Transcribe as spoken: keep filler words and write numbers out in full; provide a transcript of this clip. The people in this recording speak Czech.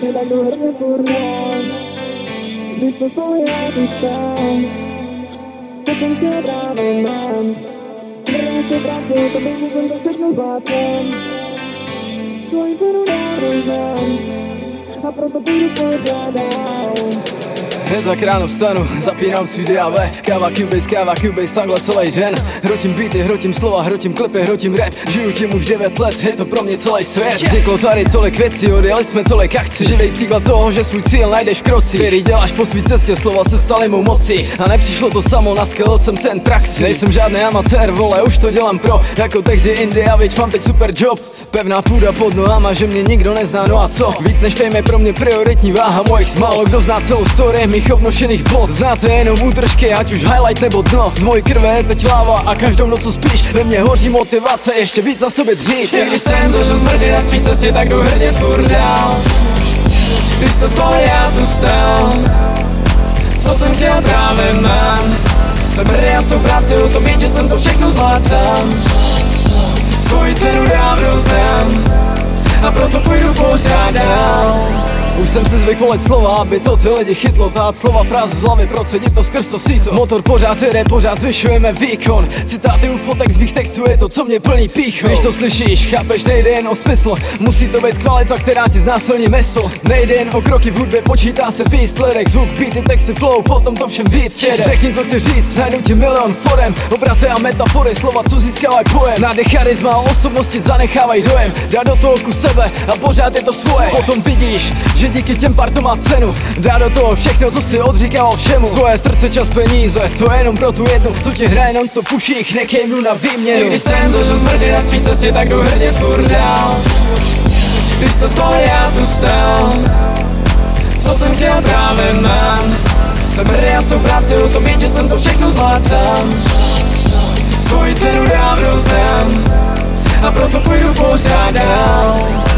si tak jdu hrdě furt dál. Když to spolu já tu stál, co jsem chtěl právě mám. Tvrdá se práce, to bych, že jsem to všechno zvládl. Svoji cenu dávno znám, a proto půjdu pořád dál. Hned tak ráno vstanu, zapínám svý D A W. Káva, Cubase, káva, Cubase, takhle celý den. Hrotím beaty, hrotím slova, hrotím klipy, hrotím rap. Žiju tím už devět let, je to pro mě celý svět. Vzniklo tady tolik věcí, odjeli jsme tolik akcí. Živej příklad toho, že svůj cíl najdeš v krocích, který děláš po svý cestě, slova se staly mou mocí. A nepřišlo to samo, naskylil jsem se jen praxi. Nejsem žádný amatér, vole, už to dělám pro. Jako tehdy India, víč, mám teď super job. Pevná půda pod nohama, že mě nikdo nezná, no a co? Víc než fame je pro mě prioritní váha mojich slov. Málo kdo zná celou story mých obnošených bod. Znáte jenom útržky, ať už highlight nebo dno. Z mojí krve je teď láva a každou noc co spíš, ve mně hoří motivace ještě víc za sobě dřít. I když jsem zažil smrdy na svý cestě, tak jdu hrdě furt dál. Když jste spali, já tu stál. Co jsem chtěl právě mám. Jsem hrdý a svou práci o tom víc, že jsem to všechno zvládl sám. Svoji cenu dávno znám, a proto půjdu pořád dál. Už jsem si zvyk volit slova, aby to ty lidi chytlo. Tát slova, fráze z hlavy, procedit to skrz to síto. Motor pořád jde, pořád zvyšujeme výkon. Citáty u fotek z mých textů je to, co mě plní pýchou. Když to slyšíš, chápeš, nejde jen o smysl. Musí to být kvalita, která ti znásilní mysl. Nejde jen o kroky v hudbě, počítá se výsledek. Zvuk, beaty, texty, flow, potom to všem víc jede. Řekni, co chci říct, najdu ti milion forem. Obraty a metafory, slova, co získávaj pojem. Nádech, charisma a osobnosti zanechávaj dojem. Dá do toho kus sebe a pořád je to svoje. Potom vidíš, že díky těm parto má cenu. Dá do toho všechno, co si odříkával všemu. Svoje srdce, čas, peníze, to je jenom pro tu jednu, co ti hraje non-stop v uších, nekejmnu na výměnu. I když jsem zažil smrdy na svý cestě, tak jdu hrdě furt dál. Když jste spali, já tu stál. Co jsem chtěl právě mám. Jsem hrdý a svou práci o tom víc, že jsem to všechno zvládl sám. Svoji cenu dávno znám, a proto půjdu pořád dál.